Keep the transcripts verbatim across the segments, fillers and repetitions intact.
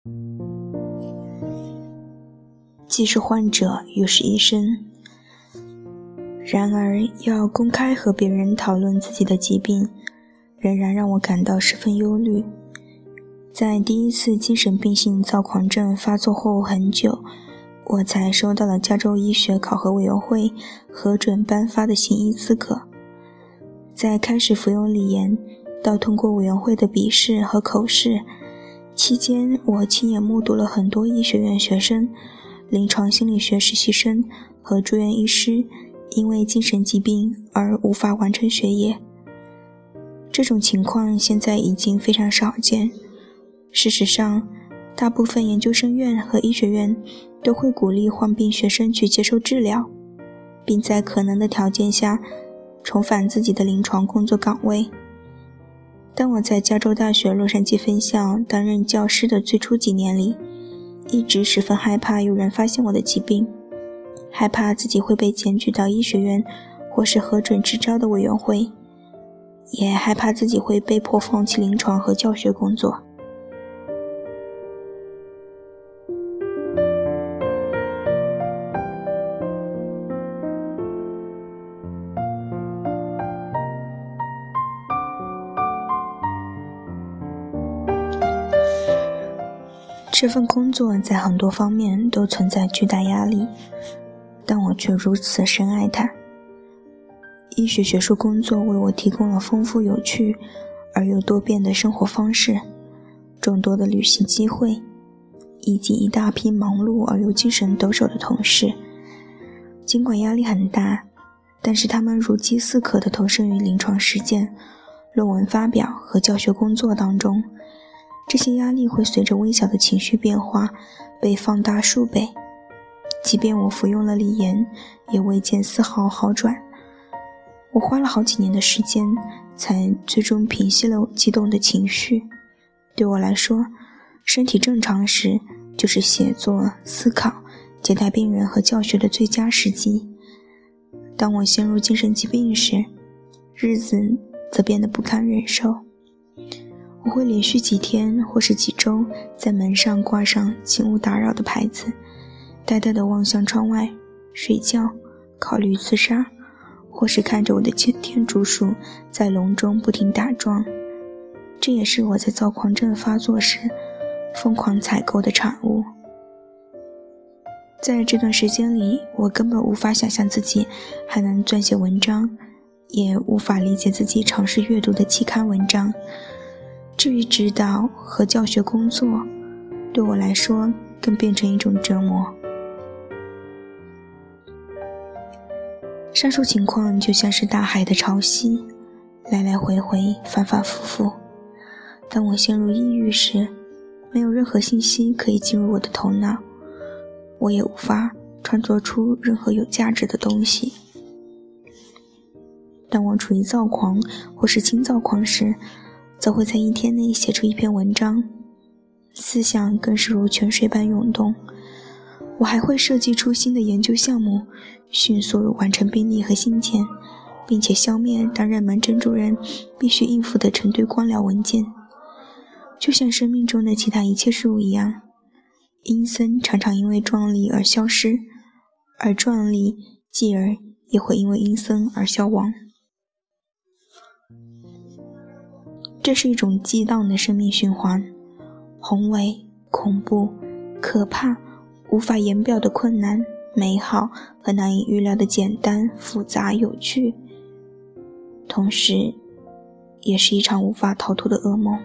既是患者又是医生，然而要公开和别人讨论自己的疾病，仍然让我感到十分忧虑。在第一次精神病性躁狂症发作后很久，我才收到了加州医学考核委员会核准颁发的行医资格。在开始服用锂盐到通过委员会的笔试和口试期间，我亲眼目睹了很多医学院学生、临床心理学实习生和住院医师因为精神疾病而无法完成学业。这种情况现在已经非常少见。事实上，大部分研究生院和医学院都会鼓励患病学生去接受治疗，并在可能的条件下重返自己的临床工作岗位。当我在加州大学洛杉矶分校担任教师的最初几年里，一直十分害怕有人发现我的疾病，害怕自己会被检举到医学院或是核准执照的委员会，也害怕自己会被迫放弃临床和教学工作。这份工作在很多方面都存在巨大压力，但我却如此深爱它。医学学术工作为我提供了丰富有趣而又多变的生活方式，众多的旅行机会，以及一大批忙碌而又精神抖擞的同事。尽管压力很大，但是他们如饥似渴地投身于临床实践、论文发表和教学工作当中。这些压力会随着微小的情绪变化被放大数倍，即便我服用了锂盐，也未见丝毫好转。我花了好几年的时间，才最终平息了激动的情绪。对我来说，身体正常时就是写作、思考、接待病人和教学的最佳时机。当我陷入精神疾病时，日子则变得不堪忍受。我会连续几天或是几周在门上挂上请勿打扰的牌子，呆呆地望向窗外，睡觉，考虑自杀，或是看着我的天竺鼠在笼中不停打桩。这也是我在躁狂症发作时疯狂采购的产物。在这段时间里，我根本无法想象自己还能撰写文章，也无法理解自己尝试阅读的期刊文章。至于指导和教学工作，对我来说更变成一种折磨。上述情况就像是大海的潮汐，来来回回，反反复复。当我陷入抑郁时，没有任何信息可以进入我的头脑，我也无法创作出任何有价值的东西。当我处于躁狂或是轻躁狂时，则会在一天内写出一篇文章，思想更是如泉水般涌动。我还会设计出新的研究项目，迅速完成病例和信件，并且消灭担任门诊主任必须应付的成堆官僚文件。就像生命中的其他一切事物一样，阴森常常因为壮丽而消失，而壮丽继而也会因为阴森而消亡。这是一种激荡的生命循环，宏伟、恐怖、可怕、无法言表的困难、美好和难以预料的简单、复杂、有趣，同时也是一场无法逃脱的噩梦。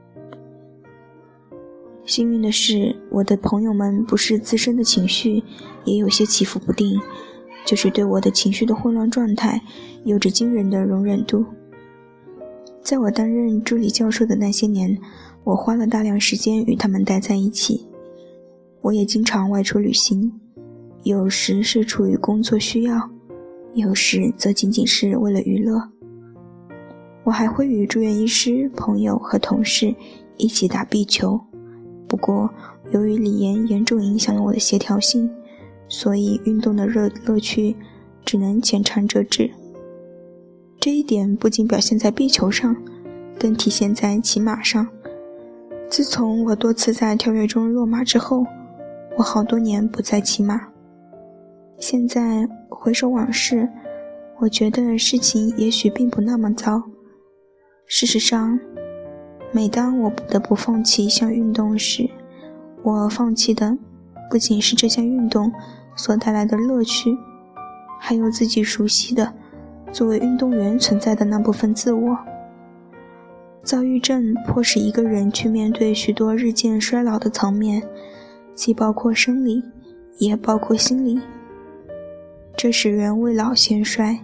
幸运的是，我的朋友们不是自身的情绪也有些起伏不定，就是对我的情绪的混乱状态有着惊人的容忍度。在我担任助理教授的那些年，我花了大量时间与他们待在一起。我也经常外出旅行，有时是出于工作需要，有时则仅仅是为了娱乐。我还会与住院医师、朋友和同事一起打壁球，不过由于锂盐严重影响了我的协调性，所以运动的乐乐趣只能浅尝辄止。这一点不仅表现在壁球上，更体现在骑马上。 自从我多次在跳跃中落马之后，我好多年不再骑马。现在回首往事，我觉得事情也许并不那么糟。事实上，每当我不得不放弃一项运动时，我放弃的不仅是这项运动所带来的乐趣，还有自己熟悉的作为运动员存在的那部分自我。躁郁症迫使一个人去面对许多日渐衰老的层面，既包括生理，也包括心理，这使人未老先衰。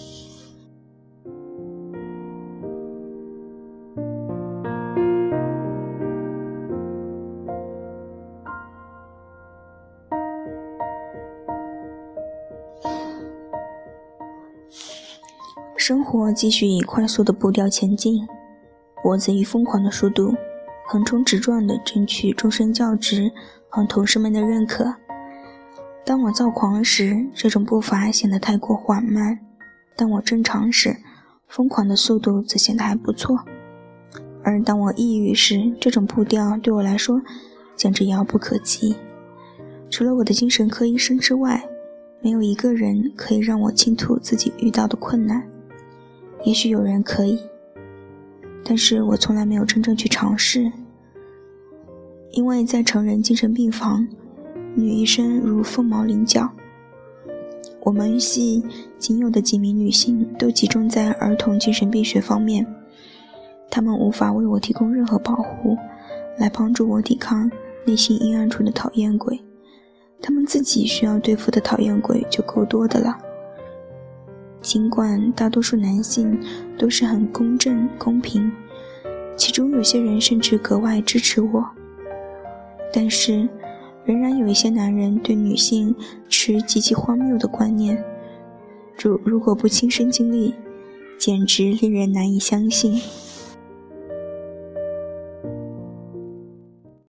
生活继续以快速的步调前进，我则以疯狂的速度横冲直撞地争取终身教职和同事们的认可。当我躁狂时，这种步伐显得太过缓慢；当我正常时，疯狂的速度则显得还不错。而当我抑郁时，这种步调对我来说简直遥不可及。除了我的精神科医生之外，没有一个人可以让我倾吐自己遇到的困难。也许有人可以，但是我从来没有真正去尝试。因为在成人精神病房，女医生如凤毛麟角，我们系仅有的几名女性都集中在儿童精神病学方面，她们无法为我提供任何保护，来帮助我抵抗内心阴暗处的讨厌鬼。她们自己需要对付的讨厌鬼就够多的了。尽管大多数男性都是很公正公平，其中有些人甚至格外支持我，但是仍然有一些男人对女性持极其荒谬的观念，如如果不亲身经历，简直令人难以相信。